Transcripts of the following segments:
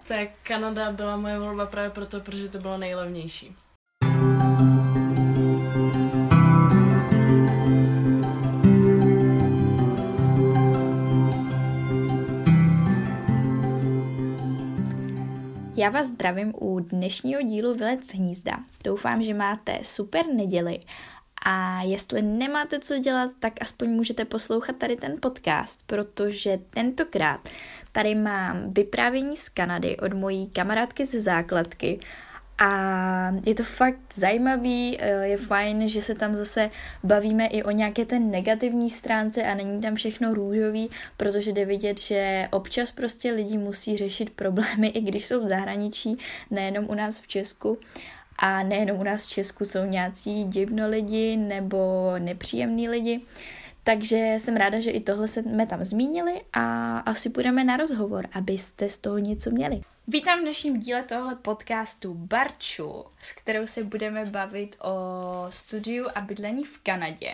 Tak Kanada byla moje volba právě proto, protože to bylo nejlevnější. Já vás zdravím u dnešního dílu Vylec z hnízda. Doufám, že máte super neděli a jestli nemáte co dělat, tak aspoň můžete poslouchat tady ten podcast, protože tentokrát tady mám vyprávění z Kanady od mojí kamarádky ze základky a je to fakt zajímavý, je fajn, že se tam zase bavíme i o nějaké té negativní stránce a není tam všechno růžový, protože jde vidět, že občas prostě lidi musí řešit problémy, i když jsou v zahraničí, nejenom u nás v Česku. A nejenom u nás v Česku jsou nějací divno lidi nebo nepříjemní lidi. Takže jsem ráda, že i tohle jsme tam zmínili a asi půjdeme na rozhovor, abyste z toho něco měli. Vítám v dnešním díle tohle podcastu Barču, s kterou se budeme bavit o studiu a bydlení v Kanadě.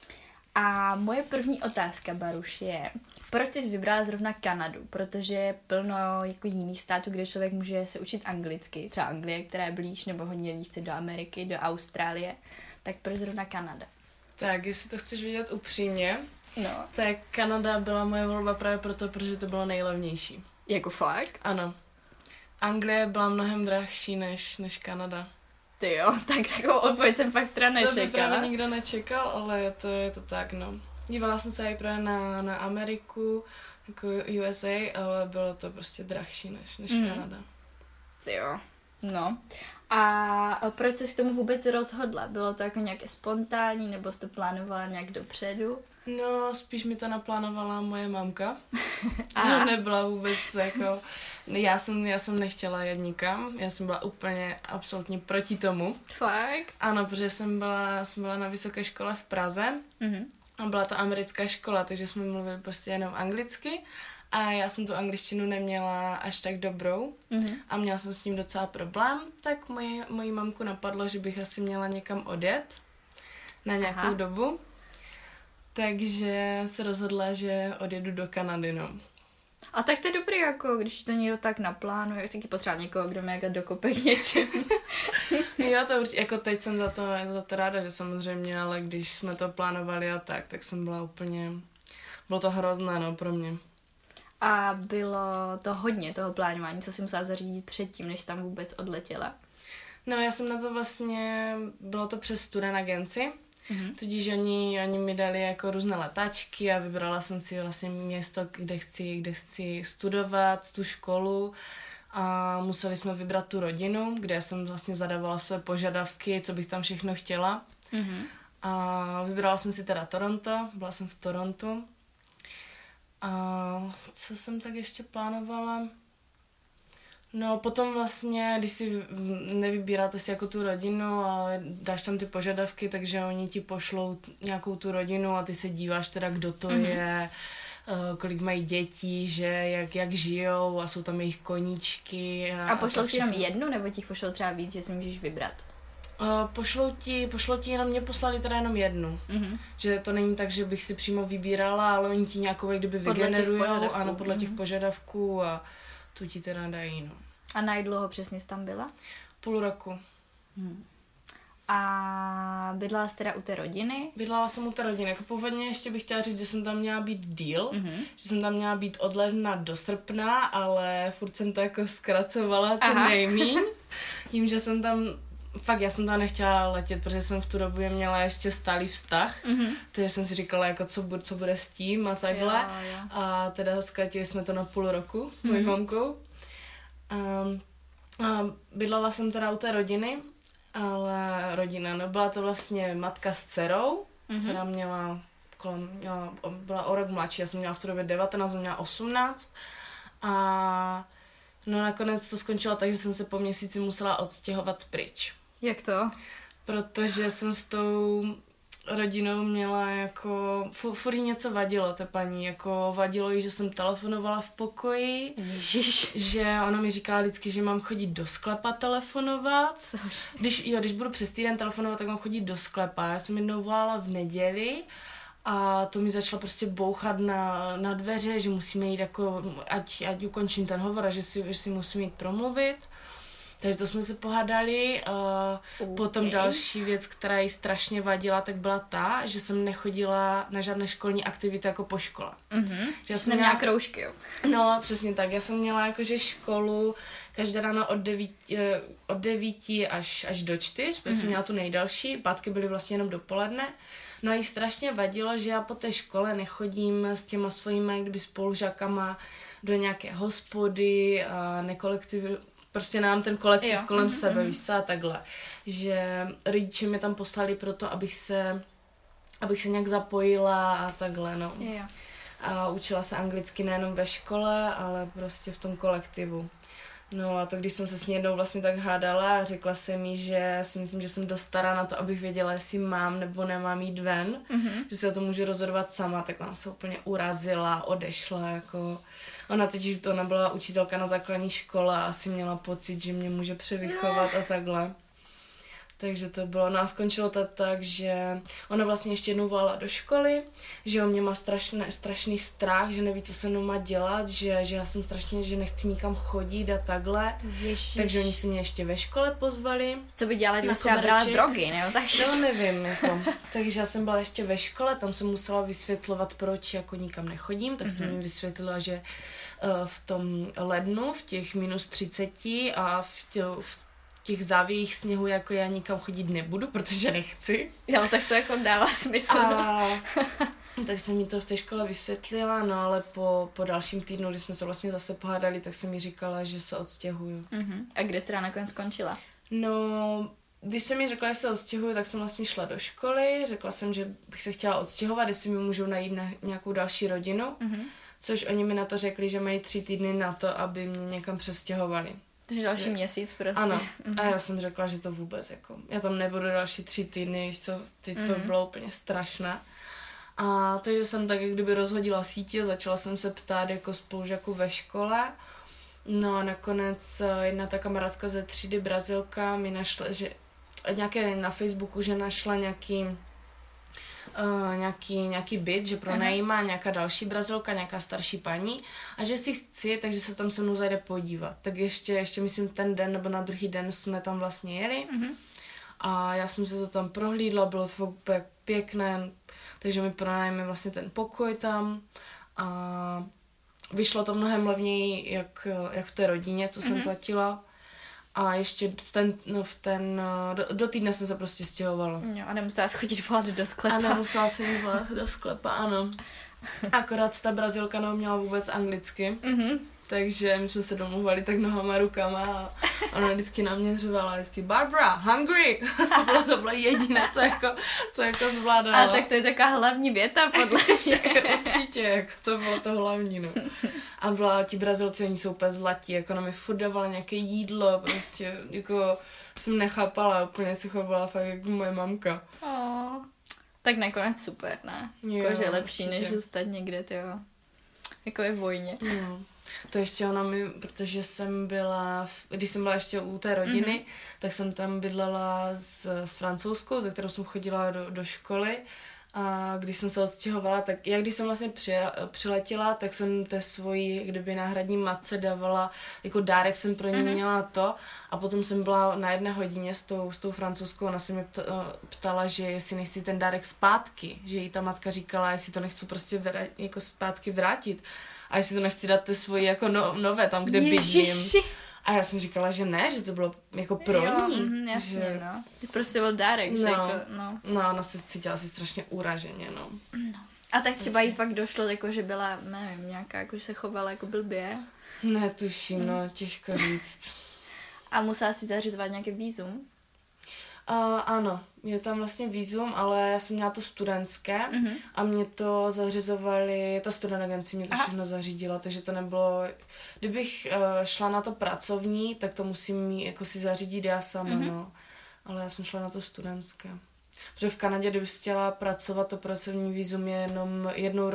A moje první otázka, Baruš, je, proč jsi vybrala zrovna Kanadu? Protože je plno jako jiných států, kde člověk může se učit anglicky. Třeba Anglie, která je blíž, nebo hodně lidí chce do Ameriky, do Austrálie. Tak proč zrovna Kanada? Tak, jestli to chceš vidět upřímně, No. tak Kanada byla moje volba právě proto, protože to bylo nejlevnější. Jako fakt? Ano. Anglie byla mnohem drahší než Kanada. Ty jo, tak takovou odpověď jsem fakt teda nečekala. To by právě nikdo nečekal, ale je to tak, no. Dívala jsem se i právě na Ameriku, jako USA, ale bylo to prostě drahší než Kanada. Ty jo, no. A proč jsi k tomu vůbec rozhodla? Bylo to jako nějaké spontánní, nebo jsi to plánovala nějak dopředu? No, spíš mi to naplánovala moje mamka. To nebyla vůbec jako... Já jsem nechtěla jet nikam, já jsem byla úplně absolutně proti tomu. Fakt? Ano, protože jsem byla na vysoké škole v Praze a byla to americká škola, takže jsme mluvili prostě jenom anglicky a já jsem tu angličtinu neměla až tak dobrou a měla jsem s tím docela problém, tak moji mamku napadlo, že bych asi měla někam odjet na nějakou dobu, takže se rozhodla, že odjedu do Kanady, no. A tak to je dobrý, jako když to někdo tak naplánuje, taky potřeba někoho, kdo mega dokope k něčemu. Jo, to určitě, jako teď jsem za to ráda, že samozřejmě, ale když jsme to plánovali a tak jsem byla úplně, bylo to hrozné, no, pro mě. A bylo to hodně toho plánování, co jsi musela zařídit předtím, než jsi tam vůbec odletěla? No, já jsem na to vlastně, bylo to přes student agenci, tudíž oni mi dali jako různé letáčky a vybrala jsem si vlastně město, kde chci studovat, tu školu a museli jsme vybrat tu rodinu, kde jsem vlastně zadávala své požadavky, co bych tam všechno chtěla. A vybrala jsem si teda Toronto, byla jsem v Torontu. A co jsem tak ještě plánovala? No potom vlastně, když si nevybíráte si jako tu rodinu, ale dáš tam ty požadavky, takže oni ti pošlou nějakou tu rodinu a ty se díváš teda, kdo to je, kolik mají dětí, že jak žijou a jsou tam jejich koníčky. A pošlou ti jenom jednu, nebo ti pošlou třeba víc, že si můžeš vybrat? Pošlou ti jenom, mě poslali teda jenom jednu. Že to není tak, že bych si přímo vybírala, ale oni ti nějakou kdyby vygenerujou, ano, podle těch požadavků a tu ti teda dají, no. A na jak dlouho přesně jsi tam byla? Půl roku. A bydlela jsi teda u té rodiny? Bydlela jsem u té rodiny. Jako původně ještě bych chtěla říct, že jsem tam měla být díl, že jsem tam měla být od ledna do srpna, ale furt jsem to jako zkracovala co nejmíň. Tím, že jsem tam, fakt já jsem tam nechtěla letět, protože jsem v tu dobu měla ještě stálý vztah, takže jsem si říkala, jako co bude s tím a takhle. Jo. A teda zkrátili jsme to na půl roku s mojí mamkou. A bydlela jsem teda u té rodiny, ale rodina, no byla to vlastně matka s dcerou, dcera byla o rok mladší, já jsem měla v té době 19, měla 18 a no nakonec to skončilo tak, že jsem se po měsíci musela odstěhovat pryč. Jak to? Protože jsem s tou rodinou měla jako, furt jí něco vadilo té paní, jako vadilo jí, že jsem telefonovala v pokoji, Ježiš. že ona mi říkala vždycky, že mám chodit do sklepa telefonovat, když budu přes týden telefonovat, tak mám chodit do sklepa, já jsem jednou volala v neděli A to mi začalo prostě bouchat na dveře, že musíme jít jako, ať ukončím ten hovor a že si musím jít promluvit. Takže to jsme se pohádali. Potom další věc, která jí strašně vadila, tak byla ta, že jsem nechodila na žádné školní aktivity jako po škole. Že jsem neměla kroužky, jo? No, přesně tak. Já jsem měla jakože školu každé ráno od 9 až do 4, protože jsem měla tu nejdelší, pátky byly vlastně jenom dopoledne. No a jí strašně vadilo, že já po té škole nechodím s těma svojimi kdyby spolužákama do nějaké hospody a prostě nám ten kolektiv kolem sebe, víš co, a takhle. Že rodiče mě tam poslali proto, abych se nějak zapojila a takhle, no. A učila se anglicky nejenom ve škole, ale prostě v tom kolektivu. No a to, když jsem se s ní jednou vlastně tak hádala a řekla se mi, že si myslím, že jsem dost stará na to, abych věděla, jestli mám nebo nemám jít ven, že se o to můžu rozhodovat sama, tak ona se úplně urazila, odešla, jako... Ona byla učitelka na základní škole a asi měla pocit, že mě může převychovat a takhle. Takže to bylo, no a skončilo to tak, že ona vlastně ještě jednou volala do školy, že o mě má strašný strach, že neví, co se mnou má dělat, že já jsem strašně, že nechci nikam chodit a takhle. Ježiš. Takže oni si mě ještě ve škole pozvali. Co by dělali, když třeba brala drogy, nebo tak? No nevím, jako. Takže já jsem byla ještě ve škole, tam jsem musela vysvětlovat, proč jako nikam nechodím, tak jsem jim vysvětlila, že v tom lednu, v těch -30 a v těch závějích sněhu, jako já nikam chodit nebudu, protože nechci. Jo, tak to jako dává smysl. Tak jsem mi to v té škole vysvětlila, no ale po dalším týdnu, kdy jsme se vlastně zase pohádali, tak jsem mi říkala, že se odstěhuju. A kde jsi nakonec skončila? No, když jsem mi řekla, že se odstěhuju, tak jsem vlastně šla do školy, řekla jsem, že bych se chtěla odstěhovat, jestli mi můžou najít nějakou další rodinu, což oni mi na to řekli, že mají 3 týdny na to, aby mě někam přestěhovali. Takže další měsíc prostě. Ano. A já jsem řekla, že to vůbec jako, já tam nebudu další 3 týdny, víš co, to bylo úplně strašné. A takže jsem tak jak kdyby rozhodila sítě, začala jsem se ptát jako spolužáků ve škole. No a nakonec jedna ta kamarádka ze třídy Brazilka mi našla, že nějaké na Facebooku, že našla nějaký byt, že pronajímá nějaká další Brazilka, nějaká starší paní a že si chci, takže se tam se mnou zajde podívat. Tak ještě myslím ten den nebo na druhý den jsme tam vlastně jeli a já jsem se to tam prohlídla, bylo to úplně pěkné, takže mi pronajme vlastně ten pokoj tam a vyšlo to mnohem levněji, jak v té rodině, co jsem platila. A ještě do týdne jsem se prostě stěhovala. Jo, a nemusela jsi chodit volat do sklepa. A nemusela jsem jít volat do sklepa, ano. Akorát ta Brazilka neuměla vůbec anglicky. Takže my jsme se domluvali tak nohama, rukama a ona vždycky na mě řvala, vždycky Barbara, hungry! To bylo jediné, co jako zvládala. A tak to je taková hlavní věta podle mě. Určitě, jako to bylo to hlavní, no. A ti Brazilci, oni jsou úplně zlatí, jako ona mi furt dávala nějaké jídlo, prostě, jako jsem nechápala, úplně se chovala fakt jako moje mamka. Tak nakonec super, ne? Jakože je lepší, určitě, než zůstat někde, tyjo. Jako je v vojně. No. To ještě ona mi, protože když jsem byla ještě u té rodiny, tak jsem tam bydlela s francouzskou, ze kterou jsem chodila do školy. A když jsem se odstěhovala, tak já když jsem vlastně přiletěla, tak jsem té svoji, kdyby náhradní matce dávala, jako dárek jsem pro ní měla to. A potom jsem byla na 1 hodině s tou francouzskou, ona se mi ptala, že jestli nechci ten dárek zpátky, že jí ta matka říkala, jestli to nechci prostě jako zpátky vrátit. A jestli to nechci dát ty svoji jako nové tam, kde bydlím. A já jsem říkala, že ne, že to bylo jako pro ní. Jasně, že... no. Prostě byl dárek, že jako, no. No, ona se cítila asi strašně uraženě, no. A tak třeba jí pak došlo, jako, že byla, nevím, nějaká, jako, že se chovala jako blbě. Netuším, no, těžko říct. A musela si zařizovat nějaké vízum? Ano, je tam vlastně vízum, ale já jsem měla to studentské a mě to zařizovali, ta student agenci mě to všechno zařídila, takže to nebylo, kdybych šla na to pracovní, tak to musím jako si zařídit já sama, no. Ale já jsem šla na to studentské. Protože v Kanadě, kdybych chtěla pracovat, to pracovní vízum je jenom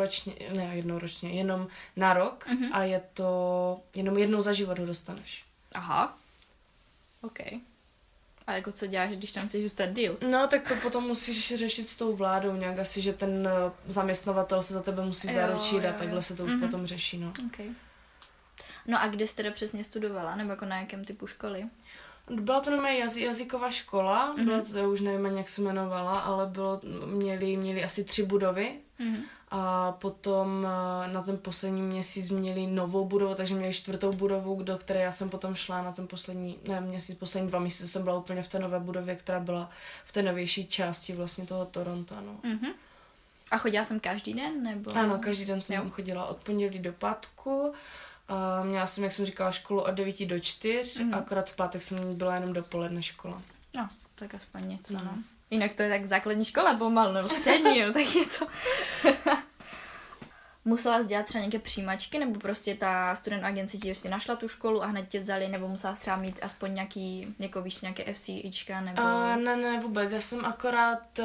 jenom na rok a je to jenom jednou za život ho dostaneš. Aha. OK. A jako co děláš, když tam chceš zůstat díl? No, tak to potom musíš řešit s tou vládou nějak asi, že ten zaměstnavatel se za tebe musí zaručit a takhle se to už potom řeší, no. Okay. No a kde jsi teda přesně studovala, nebo jako na jakém typu školy? Byla to normálně jazyková škola, byla to, už nevím, jak se jmenovala, ale měli asi 3 budovy a potom na ten poslední měsíc měli novou budovu, takže měli 4. budovu, do které já jsem potom šla na ten poslední 2 měsíce jsem byla úplně v té nové budově, která byla v té novější části vlastně toho Toronto, no. A chodila jsem každý den, nebo? Ano, každý den jsem chodila od pondělí do pátku. Měla jsem, jak jsem říkala, školu od 9 do 4, akorát v pátek jsem byla jenom dopoledne škola. No, tak aspoň něco, no. Jinak to je tak základní škola pomalu, nebo střední, no, tak něco. Musela jsi dělat třeba nějaké přijímačky, nebo prostě ta student agenci ti prostě našla tu školu a hned tě vzali, nebo musela třeba mít aspoň nějaký, jako víš, nějaké FCIčka, nebo... Ne, vůbec, já jsem akorát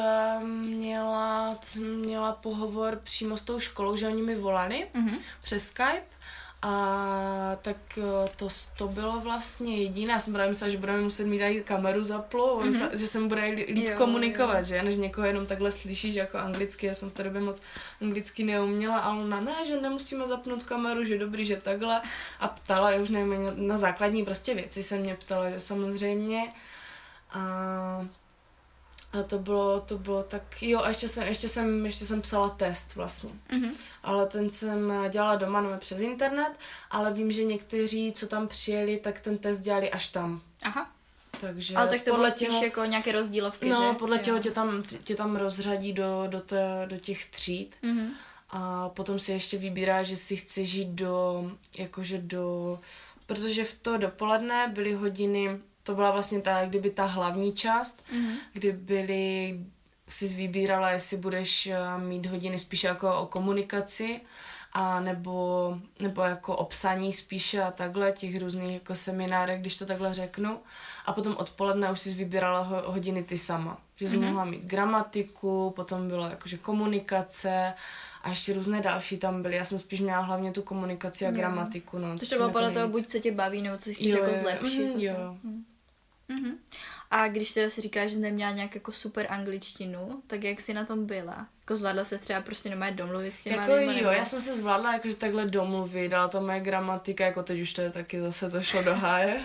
měla pohovor přímo s tou školou, že oni mi volali přes Skype. A tak to bylo vlastně jediné. Já jsem právě myslela, že budeme muset mít i kameru zaplou, že se mu bude líp komunikovat, že? Než někoho jenom takhle slyšíš jako anglicky. Já jsem v té době moc anglicky neuměla, a ona, ne, že nemusíme zapnout kameru, že dobrý, že takhle. A ptala, já už nevím, na základní prostě věci se mě ptala, že samozřejmě. A to bylo tak, jo, a ještě jsem psala test vlastně. Ale ten jsem dělala doma, no, přes internet, ale vím, že někteří, co tam přijeli, tak ten test dělali až tam. Aha. Takže ale tak to bylo spíš jako nějaké rozdílovky, no, že? No, podle těho tě tam rozřadí do těch tříd. A potom si ještě vybírá, že si chceš jít protože v to dopoledne byly hodiny. To byla vlastně kdyby ta hlavní část, kdy jsi vybírala, jestli budeš mít hodiny spíše jako o komunikaci, a nebo jako o psaní spíše a takhle, těch různých jako seminárech, když to takhle řeknu. A potom odpoledne už jsi vybírala hodiny ty sama. Že jsi mohla mít gramatiku, potom bylo jakože komunikace a ještě různé další tam byly. Já jsem spíš měla hlavně tu komunikaci a gramatiku. No, to bylo podle toho, buď co tě baví, nebo co chceš jako zlepšit. Jo. A když teda si říkáš, že neměla nějak jako super angličtinu, tak jak jsi na tom byla? Jako zvládla se třeba prostě normálně domluvit s těma jako lidma, jo, já jsem se zvládla jakože takhle domluvit, ale ta moje gramatika, jako teď už to je taky zase to šlo do háje,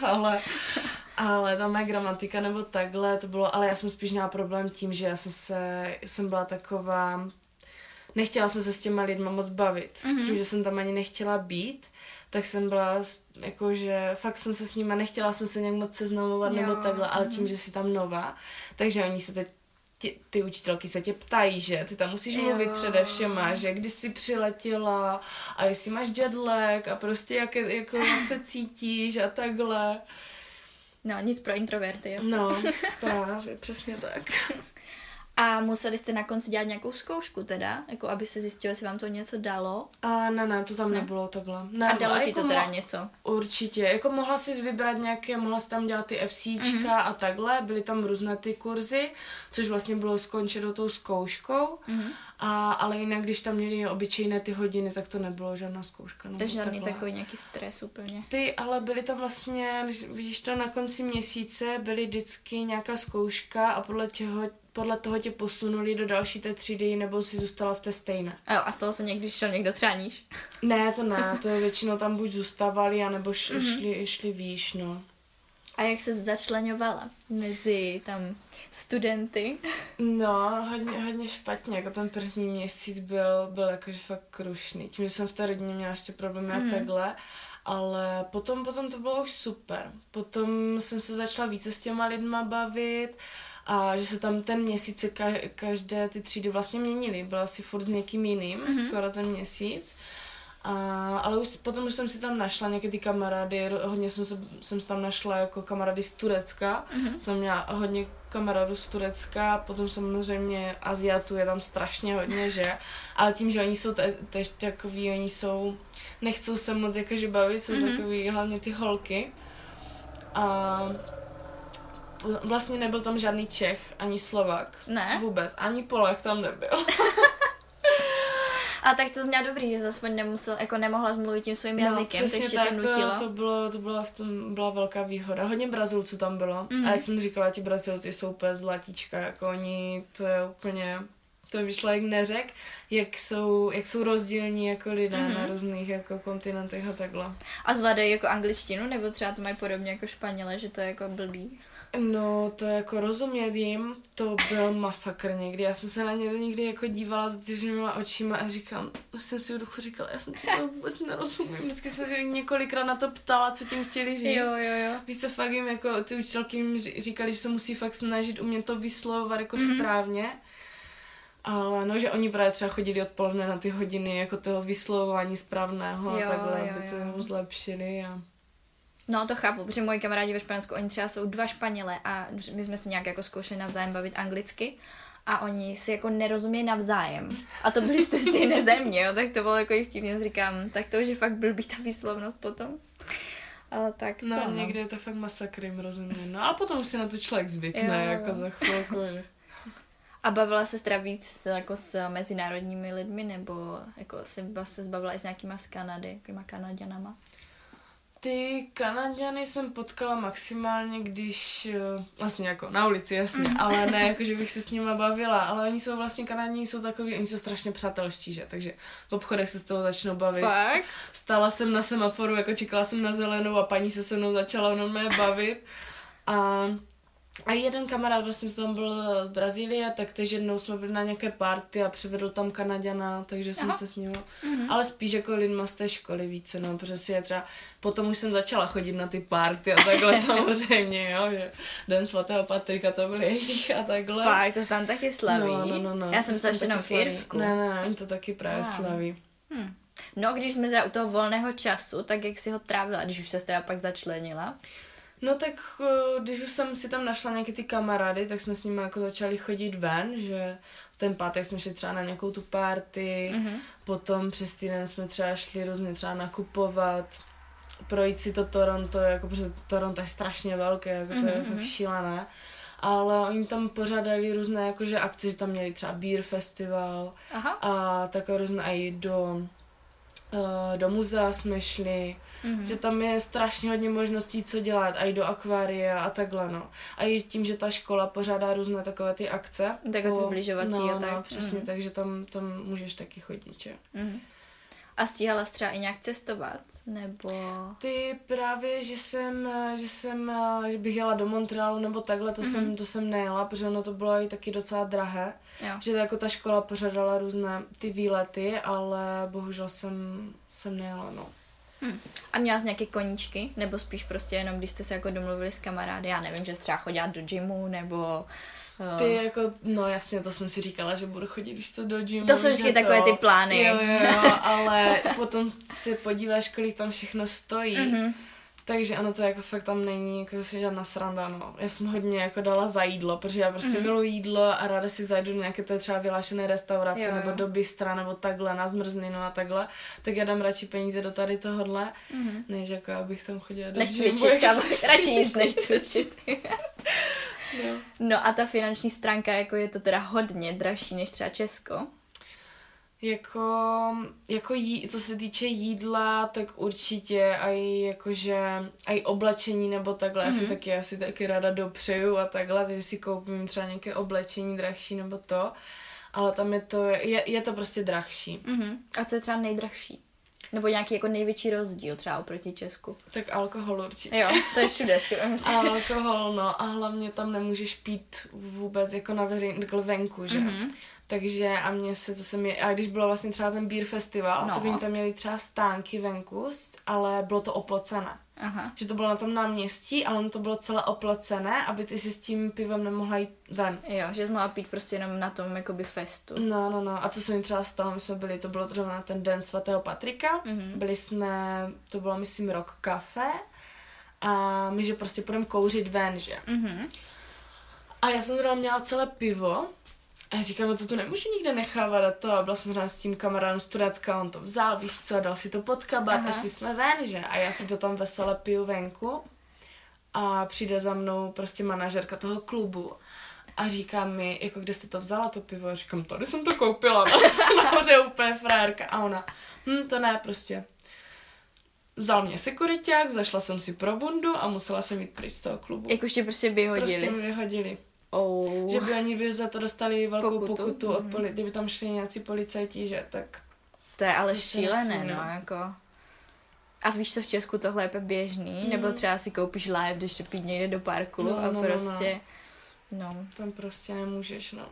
ale ta moje gramatika nebo takhle to bylo, ale já jsem spíš měla problém tím, že jsem byla taková, nechtěla jsem se s těma lidma moc bavit, tím, že jsem tam ani nechtěla být, tak jsem byla jakože fakt jsem se s nima, nechtěla jsem se nějak moc seznamovat nebo takhle, ale tím, že jsi tam nová, takže oni se teď ty učitelky se tě ptají, že ty tam musíš mluvit především, že když jsi přiletěla a jestli máš jetlag a prostě jak se cítíš a takhle. No, nic pro introverty, jasně. No, právě, přesně tak. A museli jste na konci dělat nějakou zkoušku teda? Jako aby se zjistilo, jestli vám to něco dalo? Ne, to tam nebylo takhle. Ne, a dalo ti to teda něco? Určitě. Jako mohla si vybrat mohla si tam dělat ty FCčka a takhle. Byly tam různé ty kurzy, což vlastně bylo skončeno tou zkouškou. Ale jinak, když tam měli obyčejné ty hodiny, tak to nebylo žádná zkouška. No, takže žádný takový nějaký stres úplně. Ale byly tam vlastně, když to na konci měsíce byly vždycky nějaká zkouška a podle toho tě posunuli do další té třídy, nebo si zůstala v té stejné. A stalo se někdy, šel někdo třeba níž? Ne, to je většinou tam buď zůstávali, anebo šli výš, no. A jak se začleňovala mezi tam studenty? No, hodně špatně, jako ten první měsíc byl jakože fakt krušný. Tím, že jsem v té rodině měla ještě problémy a takhle, ale potom to bylo už super. Potom jsem se začala více s těma lidma bavit a že se tam ten měsíc každé ty třídy vlastně měnily. Byla si furt s někým jiným, skoro ten měsíc. Ale už potom jsem si tam našla nějaké ty kamarády, hodně jsem tam našla jako kamarády z Turecka, jsem měla hodně kamarádů z Turecka, potom samozřejmě Aziatů je tam strašně hodně, že? Ale tím, že oni jsou tež takový, nechcou se moc jakože bavit, jsou takový hlavně ty holky. A vlastně nebyl tam žádný Čech, ani Slovák. Ne? Vůbec, ani Polák tam nebyl. A tak to znělo dobrý, že aspoň nemohla mluvit tím svým jazykem, přesně takže tak, tě nutilo. to byla velká výhoda. Hodně Brazilců tam bylo. A jak jsem říkala, ti Brazilci jsou úplně zlatíčka, jako oni, to je úplně... To by člověk neřekl, jak jsou rozdílní jako lidé na různých jako kontinentech a takhle. A zvládají jako angličtinu, nebo třeba to mají podobně jako Španěle, že to je jako blbý? No, to jako rozumět jim, to byl masakr někdy. Já jsem se na ně někdy jako dívala s držnýma očima a říkám, jsem si v duchu říkala, já jsem to vůbec nerozumím. Vždycky jsem si několikrát na to ptala, co tím chtěli říct. Jo. Víš co, fakt jim jako, ty učitelky jim říkali, že se musí fakt snažit umět to vyslovovat jako správně. Ale no, že oni právě třeba chodili odpoledne na ty hodiny jako toho vyslovování správného a takhle, aby to jenom zlepšili a... No to chápu, protože moji kamarádi ve Španělsku, oni třeba jsou 2 Španělé a my jsme si nějak jako zkoušeli navzájem bavit anglicky a oni si jako nerozumí navzájem. A to byli jste stejné země, jo, tak to bylo jako vtipně, říkám, tak to už je fakt blbý ta výslovnost potom. Ale tak co? No, někdy je to fakt masakr, jim rozumím. No, ale potom už si na to člověk zvykne, jako za chvilku. A bavila se teda víc jako s mezinárodními lidmi, nebo jako se zbavila i s nějakýma z Kanady, jakýma Kanaďanama? Ty Kanaďany jsem potkala maximálně, když, vlastně jako na ulici, jasně, ale ne, jako že bych se s nima bavila, ale oni jsou vlastně, Kanaďani jsou takový, oni jsou strašně přátelští, že, takže v obchodech se s toho začnou bavit. Fakt? Stála jsem na semaforu, jako čekala jsem na zelenou a paní se mnou začala normálně bavit a jeden kamarád vlastně, co tam byl z Brazílie, tak teď jednou jsme byli na nějaké party a přivedl tam Kanaďana, takže jsem se s ním, ale spíš jako lidma z té školy více, no, protože si je třeba, potom už jsem začala chodit na ty party a takhle samozřejmě, jo, že Den svatého Patrika to byl jejich a takhle. Fakt, to tam taky slaví. No. Já jsem se ještě jenom v Irsku. Ne, to taky právě slaví. No, když jsme teda u toho volného času, tak jak si ho trávila, když už se teda pak začlenila? No tak, když už jsem si tam našla nějaké ty kamarády, tak jsme s nimi jako začali chodit ven, že v ten pátek jsme šli třeba na nějakou tu party, potom přes týden jsme třeba šli různě třeba nakupovat, projít si to Toronto, jako protože Toronto je strašně velké, jako to je fakt šílené. Ale oni tam pořádali různé jakože akce, že tam měli třeba beer festival a takové různé i do muzea jsme šli, že tam je strašně hodně možností, co dělat, a i do akvária a takhle, no. A i tím, že ta škola pořádá různé takové ty akce. Takové zbližovací a tak. No, přesně, takže tam můžeš taky chodit, že. A stíhala jsi třeba i nějak cestovat, nebo... Ty právě, že bych jela do Montrealu nebo takhle, to jsem nejela, protože ono to bylo i taky docela drahé. Jo. Že jako ta škola pořádala různé ty výlety, ale bohužel jsem nejela, no. A měla jsi nějaké koníčky? Nebo spíš prostě jenom, když jste se jako domluvili s kamarády? Já nevím, že jsi třeba chodila do gymu, nebo... Ty jako, no jasně, to jsem si říkala, že budu chodit víš co do gymu. To jsou vždycky takové ty plány. Jo, ale potom se podíváš, kolik tam všechno stojí. Takže ano, to jako fakt tam není jako žádná sranda, no. Já jsem hodně jako dala za jídlo, protože já prostě miluji jídlo a ráda si zajdu do nějaké té třeba vyhlášené restaurace nebo do bystra nebo takhle na zmrzlinu a takhle, tak já dám radši peníze do tady tohodle, než jako abych tam chodila do gymu. Radši jíst, než cvičit. No a ta finanční stránka, jako je to teda hodně dražší než třeba Česko? Co se týče jídla, tak určitě aj oblečení nebo takhle, asi taky ráda dopřeju a takhle, takže si koupím třeba nějaké oblečení drahší nebo to, ale tam je to prostě drahší. A co je třeba nejdražší? Nebo nějaký jako největší rozdíl třeba oproti Česku? Tak alkohol určitě. Jo, to je všude. Alkohol, no, a hlavně tam nemůžeš pít vůbec jako na venku, že? Takže a když bylo vlastně třeba ten beer festival, tak oni tam měli třeba stánky venku, ale bylo to oplocené. Že to bylo na tom náměstí, ale ono to bylo celé oplocené, aby ty si s tím pivem nemohla jít ven. Jo, že jsi mohla pít prostě jenom na tom jakoby festu. No. A co se mi třeba stalo, to bylo třeba na ten Den svatého Patrika, byli jsme, to bylo myslím Rock Café a my, že prostě půjdeme kouřit ven, že. A já jsem teda měla celé pivo. A já říkám, to tu nemůžu nikde nechávat a to. A byla jsem s tím kamarádem z Turecka, on to vzal, víš co, dal si to pod kabát a šli jsme ven, že? A já si to tam veselé piju venku a přijde za mnou prostě manažerka toho klubu A říká mi, jako kde jste to vzala, to pivo? A říkám, tady jsem to koupila, nahoře úplně frérka. A ona, to ne, prostě. Vzal mě sekuriťák, zašla jsem si pro bundu a musela jsem jít pryč z toho klubu. Jak už tě prostě vyhodili. Prostě mě vyhodili. Oh. Že by oni by za to dostali velkou pokutu od kdyby tam šli nějací policajti, že tak. To je ale šílené, no, jako. A víš co, v Česku tohle je běžný? Nebo třeba si koupíš live, když to pít někde do parku a prostě, no. Tam prostě nemůžeš, no.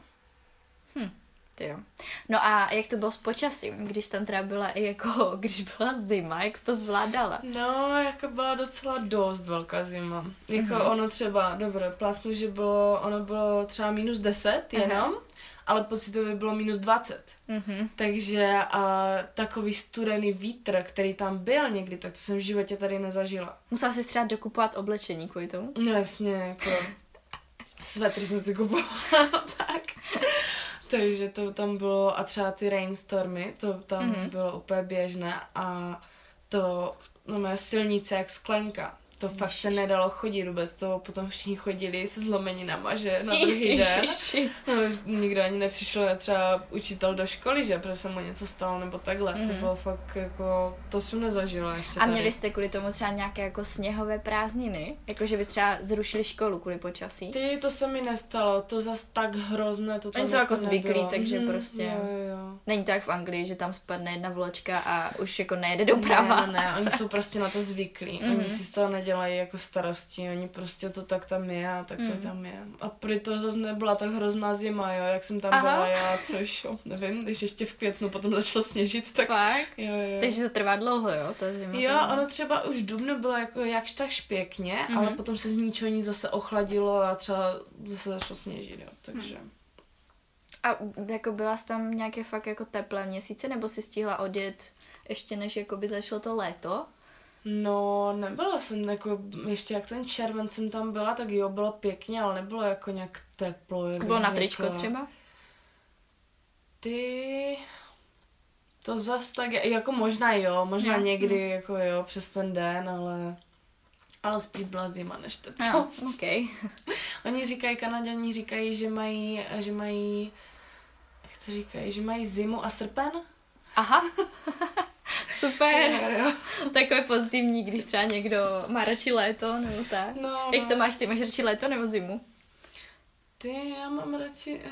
Jo. No a jak to bylo s počasím, když tam teda byla i jako, když byla zima, jak jsi to zvládala? No, jako byla docela dost velká zima. Jako ono třeba, dobré, plásnu, že ono bylo třeba -10 jenom, ale pocitově bylo -20. Takže a takový studený vítr, který tam byl někdy, tak to jsem v životě tady nezažila. Musela jsi třeba dokupovat oblečení kvůli tomu? No jasně, jako svetry jsem si kupovala, tak. Takže to tam bylo, a třeba ty rainstormy, to tam bylo úplně běžné a to, no silnice jak sklenka, to fakt se nedalo chodit vůbec, to potom všichni chodili se zlomeninama, že na druhý den. No, nikdo ani nepřišel třeba učitel do školy, že, protože se mu něco stalo nebo takhle, to bylo fakt jako, to jsem nezažila ještě tady. A měli jste kvůli tomu třeba nějaké jako sněhové prázdniny? Jako, že by třeba zrušili školu kvůli počasí? To se mi nestalo, to zas tak hrozné, to tam oni jsou jako zvyklí, takže prostě jo. Není to jak v Anglii, že tam spadne jedna vločka a už jako nejede doprava. Ne, oni jsou prostě na to zvyklí, oni si z toho nedělají jako starosti, oni prostě to tak tam je a tak to tam je. A proto zase nebyla tak hrozná zima, jo, jak jsem tam byla já, což nevím, když ještě v květnu potom začalo sněžit, tak fakt? Jo. Takže to trvá dlouho, jo, ta zima. Jo, ono třeba už v dubnu bylo jako jakž takž pěkně, ale potom se z ničeho nic zase ochladilo a třeba zase začalo sněžit, jo, takže. A jako byla jsi tam nějaké fakt jako teplé měsíce, nebo si stihla odjet ještě než jako by začalo to léto? No, nebyla jsem jako, ještě jak ten červen jsem tam byla, tak jo, bylo pěkně, ale nebylo jako nějak teplo. Bylo na tričko třeba? To zas tak, jako možná jo, možná někdy jako jo, přes ten den, ale spíš byla zima než teplo. Jo, okay. Oni říkají, Kanaďani říkají, že mají, jak to říkají, že mají zimu a srpen. Aha. Super. Jo. Takové pozitivní, když třeba někdo má radši léto, nebo tak. No. Jak to máš, ty máš radši léto nebo zimu? Já mám radši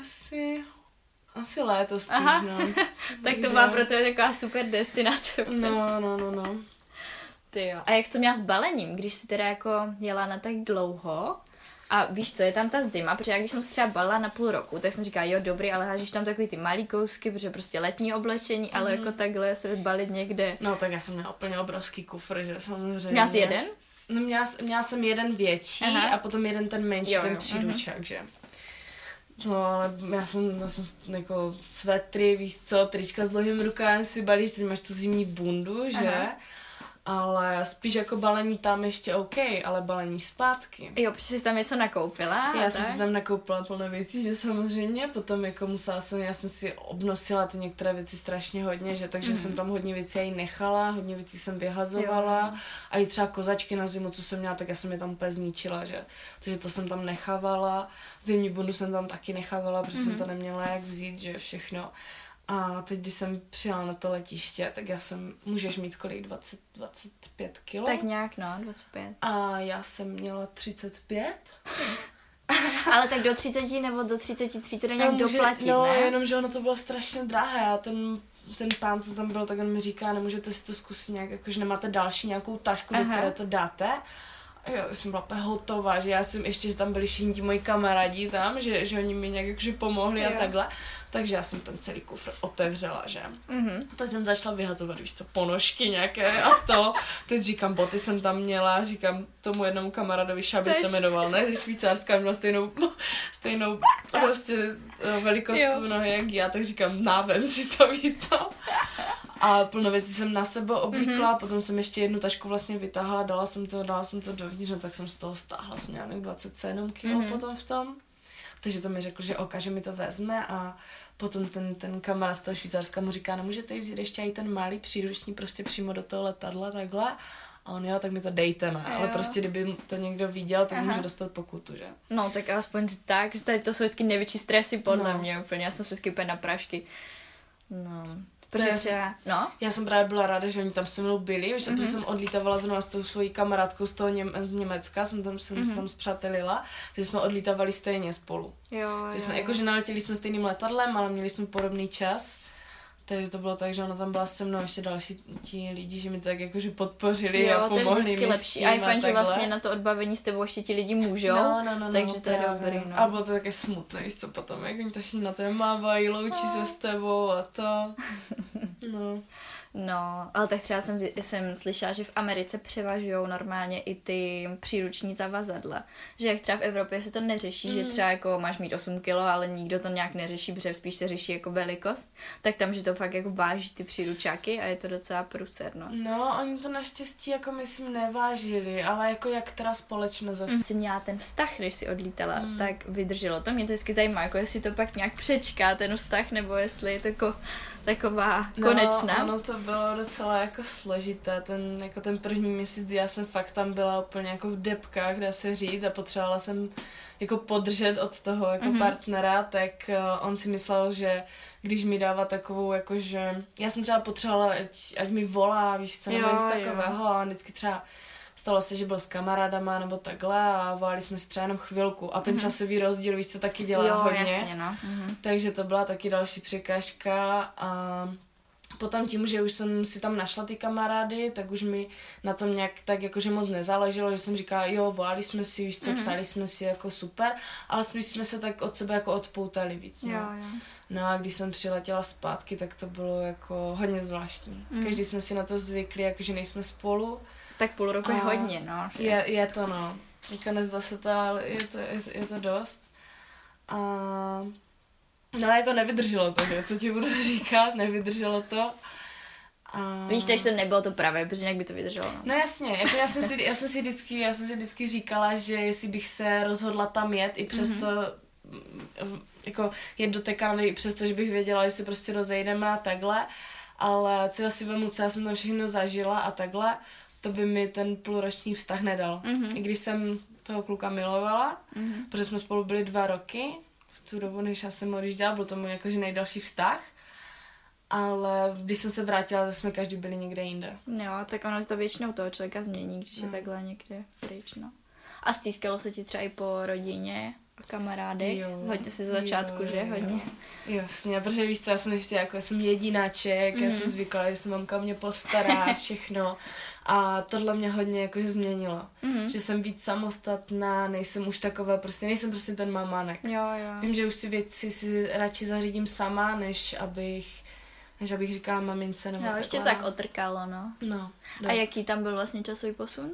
asi léto spíš, no. Tak to má pro tebe taková super destinace. No. Ty jo. A jak jsi to měla s balením, když jsi teda jako jela na tak dlouho? A víš co, je tam ta zima, protože já když jsem se třeba balila na půl roku, tak jsem říkala, jo dobrý, ale hážeš tam takový ty malý kousky, protože prostě letní oblečení, ale jako takhle se balit někde. No tak já jsem měla úplně obrovský kufr, že samozřejmě. Měla jsi jeden? No měla jsem jeden větší a potom jeden ten menší, ten příručák, že. No ale já jsem jako svetry, víš co, trička s dlouhým rukávem si balíš, teď máš tu zimní bundu, že. Ale spíš jako balení tam ještě OK, ale balení zpátky. Jo, protože jsi tam něco nakoupila. Já jsem si tam nakoupila plno věcí, že samozřejmě, potom jako já jsem si obnosila ty některé věci strašně hodně, že takže jsem tam hodně věcí i nechala, hodně věcí jsem vyhazovala a i třeba kozačky na zimu, co jsem měla, tak já jsem je tam úplně zničila, že. Takže to jsem tam nechávala, zimní bundu jsem tam taky nechávala, protože jsem to neměla jak vzít, že všechno. A teď, když jsem přijela na to letiště, tak můžeš mít kolik, 25 kilo? Tak nějak, no, 25. A já jsem měla 35. Ale tak do 30 nebo do 33 to jde nějak doplatit, no, ne? No, jenom, že ono to bylo strašně drahé a ten pán, co tam byl, tak on mi říká, nemůžete si to zkusit nějak, jakože nemáte další nějakou tašku, do které to dáte. A jo, jsem byla hotová, že já jsem ještě, že tam byli všichni ti moji kamarádi tam, že oni mi nějak jakože pomohli a takhle. Takže já jsem ten celý kufr otevřela, že? Tak jsem začala vyhazovat, víš co, ponožky nějaké a to. Teď říkám, boty jsem tam měla, říkám tomu jednomu kamarádovi, Šabi se jmenoval, ne? Ze Švýcarska, měla stejnou prostě velikost nohy jak já, tak říkám, návem si to, víš co? A plno věcí jsem na sebe oblíkla, potom jsem ještě jednu tašku vlastně vytáhla, dala jsem to dovnitř, tak jsem z toho stáhla, jsem měla 27 kilo potom v tom. Takže to mi řekl, že že mi to vezme a potom ten kamarád z toho Švýcarska mu říká, nemůžete jí vzít ještě i ten malý příruční prostě přímo do toho letadla takhle. A on, jo, tak mi to dejte, ne? Ale prostě, kdyby to někdo viděl, tak může dostat pokutu, že? No, tak aspoň tak, že tady to jsou vždycky největší stresy podle mě úplně. Já jsem vždycky úplně na prášky. No. Protože třeba, no? Já jsem právě byla ráda, že oni tam se mnou byli, protože jsem odlítávala zrovna s tou svojí kamarádkou z toho z Německa, jsem se tam spřátelila, takže jsme odlítávali stejně spolu. Že jsme, jakože naletěli jsme stejným letadlem, ale měli jsme podobný čas. Takže to bylo tak, že ona tam byla se mnou ještě další ti lidi, že mi to tak jakože podpořili a pomohli mi lepší. A je fajn, že vlastně na to odbavení s tebou ještě ti lidi můžou, takže to je dobrý. No. A bylo to také smutné, víš co, potom, jak oni to všichni na to mávají, loučí se s tebou a to. No, ale tak třeba jsem slyšela, že v Americe převažují normálně i ty příruční zavazadla. Že jak třeba v Evropě se to neřeší, že třeba jako máš mít 8 kilo, ale nikdo to nějak neřeší, protože spíš se řeší jako velikost, tak tam, že to fakt jako váží ty příručáky a je to docela průser, no. No, oni to naštěstí jako myslím nevážili, ale jako jak teda společnost zase. Jsi měla ten vztah, když jsi odlítala, tak vydrželo to. Mě to vždycky zajímá, jako jestli to pak nějak přečká ten vztah, nebo jestli je to jako taková konečná. No, ono to bylo docela jako složité, ten první měsíc, kdy já jsem fakt tam byla úplně jako v depkách, dá se říct, a potřebovala jsem jako podržet od toho jako partnera, tak on si myslel, že když mi dává takovou, jakože já jsem třeba potřebovala, ať mi volá, víš co, nebo něco takového, a on vždycky třeba stalo se, že byl s kamarádama nebo takhle a volali jsme si třeba jenom chvilku a ten časový rozdíl, víš, co taky dělá hodně. Jasně, no. Takže to byla taky další překážka a potom tím, že už jsem si tam našla ty kamarády, tak už mi na tom nějak tak jakože moc nezáleželo, že jsem říkala, jo, volali jsme si, víš co, psali jsme si jako super, ale spíš jsme se tak od sebe jako odpoutali víc, no. Jo. No a když jsem přiletěla zpátky, tak to bylo jako hodně zvláštní. Každý jsme si na to zvykli, jakože nejsme spolu. Tak půl roku je hodně, no. Je to, no. Jako nezdá se to, ale je to dost. A no jako nevydrželo to, co ti budu říkat, nevydrželo to. A víš, takže to nebylo to pravé, protože nějak by to vydrželo. No jasně, jako já jsem si vždycky říkala, že jestli bych se rozhodla tam jet i přesto jako jet do té Kanady i přesto, že bych věděla, že se prostě rozejdeme a takhle, ale co já si vemu, co já jsem tam všechno zažila a takhle, to by mi ten půlroční vztah nedal. I když jsem toho kluka milovala, protože jsme spolu byli 2 roky, v tu dobu, než já jsem odjížděla, byl to můj jakože nejdelší vztah, ale když jsem se vrátila, tak jsme každý byli někde jinde. Jo, tak ono to většinou toho člověka změní, když je takhle někde pryč, no. A stýskalo se ti třeba i po rodině a kamarády? Hodně si z začátku, že? Hodně. Jasně, protože víš co, já jsem ještě jako, já jsem jedináček, já jsem zvykla, že se mamka o mě postará, všechno. A tohle mě hodně jakože změnilo. Že jsem víc samostatná, nejsem už taková, nejsem prostě ten mamánek. Jo. Vím, že už si věci si radši zařídím sama, než abych říkala mamince nebo takhle. Ještě tak otrkalo, no. No, a jaký tam byl vlastně časový posun?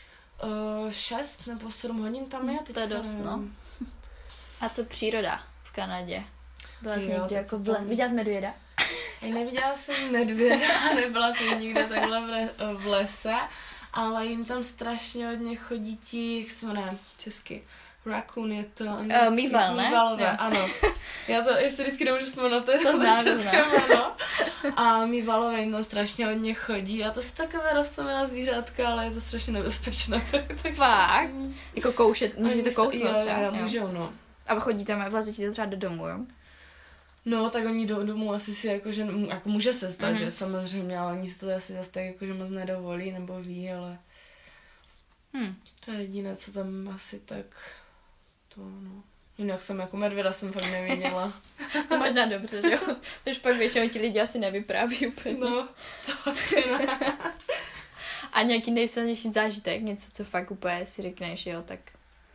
6 nebo 7 hodin tam je. To je dost, no. A co příroda v Kanadě? Byla jsi někdy jako viděla jsi medvěda? Neviděla jsem medvěda, nebyla jsem nikde takhle v lese, ale jim tam strašně hodně chodí ti, jak se jmenuje česky, raccoon je to anglicky. Mýval, ne? Mývalové, ano. Já si vždycky nemůžu vzpomenout, to znám. A mývalové jim tam strašně hodně chodí a to jsou takové rostomilá zvířátka, ale je to strašně nebezpečné. Fakt? Jako koušet, můžete kousnout třeba. Jo, můžou, no. A chodí tam, vlastně ti to třeba do domu, jo? No, tak oni domů asi si jakože, jako může se stát, že samozřejmě, ale oni si to asi zase tak jakože moc nedovolí, nebo ví, ale to je jediné, co tam asi tak to, no. Jinak jsem jako medvěda jsem fakt neviděla. No možná dobře, že jo? Protože pak většinou ti lidi asi nevypráví úplně. No, to asi ne. A nějaký nejsilnější zážitek, něco, co fakt úplně si řekneš, jo, tak...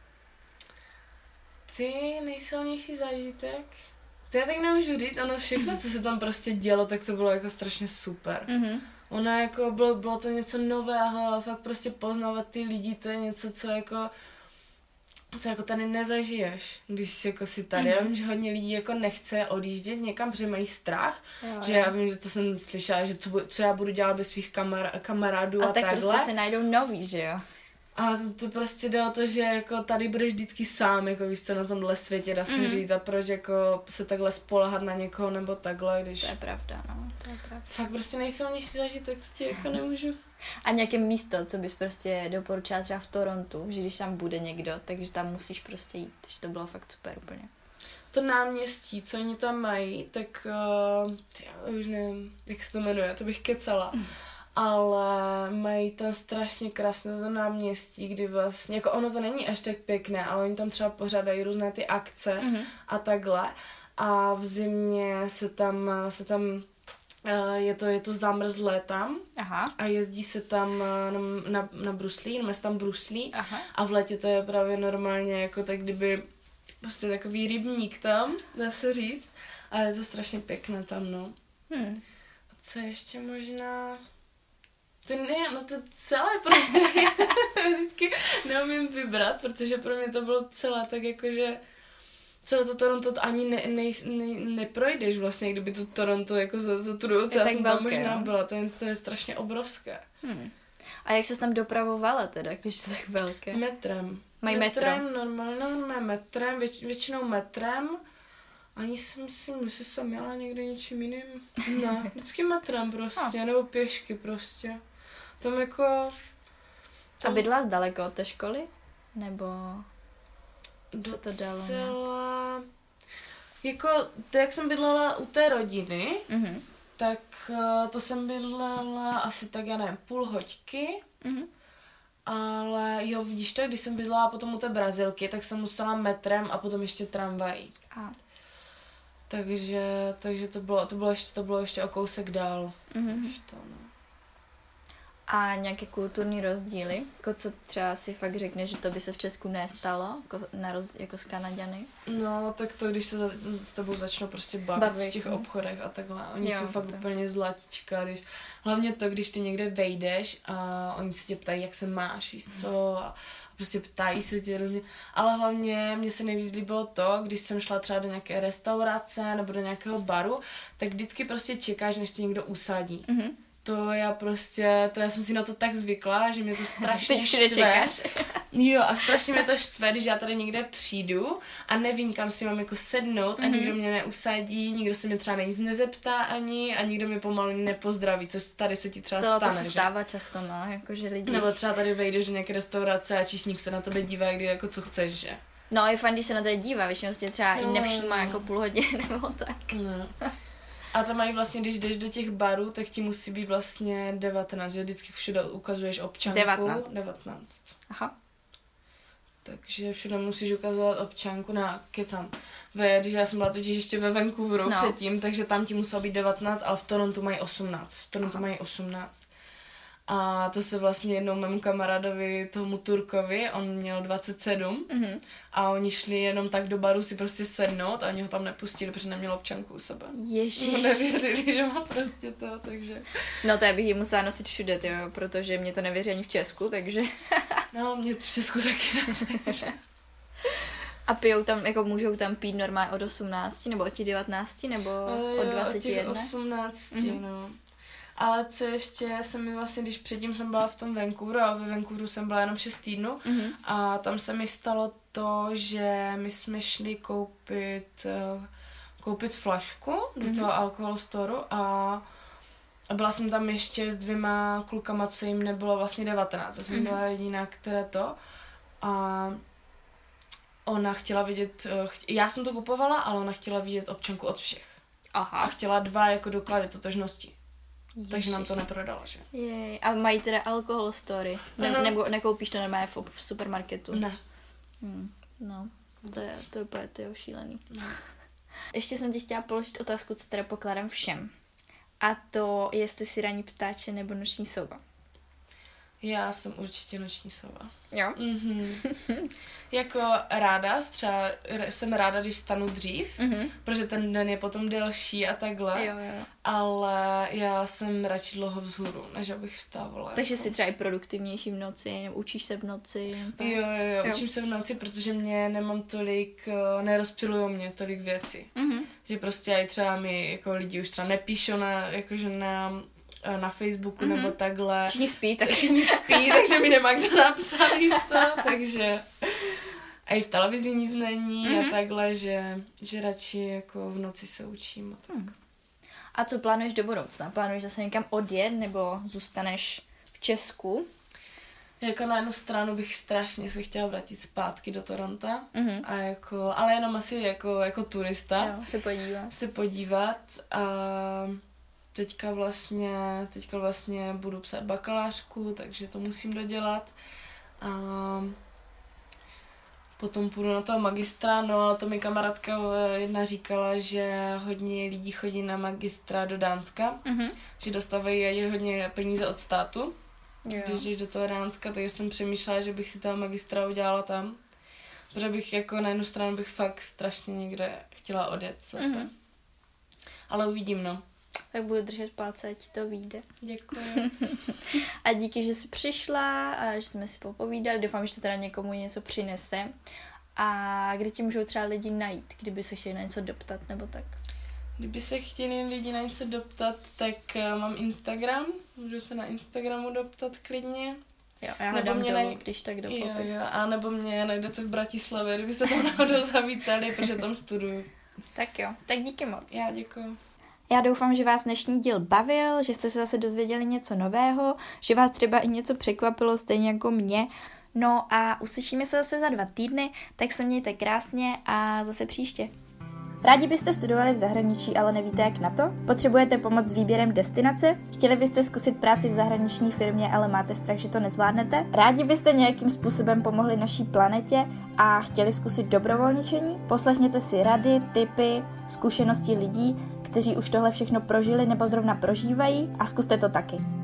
Ty nejsilnější zážitek? To já tak nemůžu říct, ono všechno, co se tam prostě dělo, tak to bylo jako strašně super. Ono jako bylo to něco nového, fakt prostě poznávat ty lidi, to je něco, co jako tady nezažiješ, když jako si tady. Já vím, že hodně lidí jako nechce odjíždět někam, protože mají strach, že já vím, že to jsem slyšela, že co já budu dělat bez svých kamarádů a tak takhle. prostě se najdou nový, že jo? A to prostě jde o to, že jako tady budeš vždycky sám, jako víš co, na tomhle světě, dá se říct, a proč jako se takhle spolehat na někoho nebo takhle, když... To je pravda, no, to je pravda. Fakt prostě nejsilnější zážitek, to ti jako nemůžu. A nějaké místo, co bys prostě doporučila třeba v Torontu, že když tam bude někdo, takže tam musíš prostě jít, takže to bylo fakt super úplně. To náměstí, co oni tam mají, tak já už nevím, jak se to jmenuje, to bych kecala. Ale mají to strašně krásné to náměstí, kdy vlastně, jako ono to není až tak pěkné, ale oni tam třeba pořádají různé ty akce a takhle. A v zimě se tam je to zamrzlé tam. Aha. A jezdí se tam na bruslí, jenom se tam bruslí. Aha. A v létě to je právě normálně jako tak, kdyby prostě takový rybník tam, dá se říct. A je to strašně pěkné tam, no. A co ještě možná... To celé prostě vždycky neumím vybrat, protože pro mě to bylo celé tak jakože celé to Toronto to ani neprojdeš vlastně, kdyby to Toronto jako za tu dobu, co já jsem tam možná byla, to je strašně obrovské. A jak se tam dopravovala teda, když je tak velké? Metrem. Mají metro? Normálně metrem, většinou metrem. Ani si myslím, že jsem jela někde něčím jiným. Ne, vždycky metrem prostě, nebo pěšky prostě. Tam jako... A bydla zdaleko od té školy? Nebo co to dalo? Docela... Jako, to jak jsem bydlela u té rodiny, tak to jsem bydlela asi tak, já nevím, půl hoďky. Ale jo, vidíš to, když jsem bydlela potom u té Brazilky, tak jsem musela metrem a potom ještě tramvají. Takže to bylo ještě o kousek dál. A nějaké kulturní rozdíly? Jako co třeba si fakt řekne, že to by se v Česku nestalo, jako s Kanaďany? No, tak to, když se s tebou začnou prostě bavit v těch obchodech a takhle. Oni jsou fakt úplně zlatička, hlavně to, když ty někde vejdeš a oni se tě ptají, jak se máš, víš co, a prostě ptají se tě různě. Ale hlavně mně se nejvíc líbilo to, když jsem šla třeba do nějaké restaurace nebo do nějakého baru, tak vždycky prostě čekáš, než tě někdo usadí. To já jsem si na to tak zvykla, že mě to strašně štve. Jo, a strašně mě to štve, když já tady někde přijdu a nevím, kam si mám jako sednout a nikdo mě neusadí, nikdo se mě třeba nic nezeptá ani a nikdo mě pomalu nepozdraví, což tady se ti třeba stane. To se stává často, no, jakože lidi. Nebo třeba tady vejdeš do nějaké restaurace a číšník se na tebe dívá, kdy jako co chceš, že? No, je fajn, když se na tebe dívá, většinou se třeba i nevšímá jako půl hodiny nebo tak. No. A tam mají vlastně, když jdeš do těch barů, tak ti musí být vlastně 19, že vždycky všude ukazuješ občanku. 19. Aha. Takže všude musíš ukazovat občanku na kecam. Když já jsem byla totiž ještě ve Vancouveru předtím, takže tam ti muselo být 19, ale v Torontu mají 18. A to se vlastně jednou mému kamarádovi, tomu Turkovi, on měl 27 a oni šli jenom tak do baru si prostě sednout a oni ho tam nepustili, protože neměl občanku u sebe. Ježiš. Nevěřili, že má prostě to, takže... No to já bych ji musela nosit všude, tyjo, protože mě to nevěří ani v Česku, takže... No, mě v Česku taky nevěří. A pijou tam, jako můžou tam pít normálně od 18, nebo od 19, nebo od 21? Od 18, no. Ale co ještě se mi vlastně, když předtím jsem byla v tom Vancouveru, ale ve Vancouveru jsem byla jenom 6 týdnů a tam se mi stalo to, že my jsme šli koupit flašku do toho alkohol storu a byla jsem tam ještě s 2 klukama, co jim nebylo vlastně 19. Já jsem byla jediná, které to a ona chtěla vidět, já jsem to kupovala, ale ona chtěla vidět občanku od všech. Aha. A chtěla 2 jako doklady totožnosti. Takže nám to neprodala, že? Jej. A mají teda alkohol story? Nebo nekoupíš to normálně v supermarketu? Ne. No, to je úplně šílený. No. Ještě jsem ti chtěla položit otázku, co teda pokládám všem. A to, jestli si ranní ptáče nebo noční sova. Já jsem určitě noční sova. Jo? Jako ráda, třeba jsem ráda, když vstanu dřív, protože ten den je potom delší a takhle. Jo. Ale já jsem radši dlouho vzhůru, než abych vstávala. Takže jsi třeba i produktivnější v noci, nebo učíš se v noci? Tak? Jo, učím se v noci, protože mě nemám tolik, nerozptilujou mě tolik věcí. Že prostě i třeba mi jako lidi už třeba nepíšou na Facebooku nebo takhle. Všichni spí, takže mi nemá kdo napsat, takže a i v televizi nic není a takhle, že radši jako v noci se učím a tak. A co plánuješ do budoucna? Plánuješ zase někam odjet nebo zůstaneš v Česku? Jako na jednu stranu bych strašně se chtěla vrátit zpátky do Toronta, a jako, ale jenom asi jako turista. Jo, se podívat. A teďka vlastně budu psát bakalářku, takže to musím dodělat. A potom půjdu na toho magistra, no ale to mi kamarádka jedna říkala, že hodně lidí chodí na magistra do Dánska, že dostávají hodně peníze od státu. Když jdeš do toho Dánska, takže jsem přemýšlela, že bych si toho magistra udělala tam. Protože bych jako na jednu stranu bych fakt strašně někde chtěla odjet zase. Ale uvidím, no. Tak budu držet palce, ať ti to vyjde. Děkuji. A díky, že jsi přišla a že jsme si popovídali. Doufám, že to teda někomu něco přinese. A kde ti můžou třeba lidi najít, kdyby se chtěli na něco doptat nebo tak? Kdyby se chtěli lidi na něco doptat, tak mám Instagram. Můžu se na Instagramu doptat klidně. Jo, já ho dám dolů, když tak do popisu. Jo, a nebo mě najdete v Bratislavě, kdybyste tam náhodou zavítali, protože tam studuju. Tak jo, tak díky moc. Já děkuji. Já doufám, že vás dnešní díl bavil, že jste se zase dozvěděli něco nového, že vás třeba i něco překvapilo, stejně jako mě. No a uslyšíme se zase za 2 týdny, tak se mějte krásně a zase příště. Rádi byste studovali v zahraničí, ale nevíte jak na to? Potřebujete pomoc s výběrem destinace? Chtěli byste zkusit práci v zahraniční firmě, ale máte strach, že to nezvládnete? Rádi byste nějakým způsobem pomohli naší planetě a chtěli zkusit dobrovolničení? Poslechněte si rady, tipy, zkušenosti lidí, kteří už tohle všechno prožili nebo zrovna prožívají a zkuste to taky.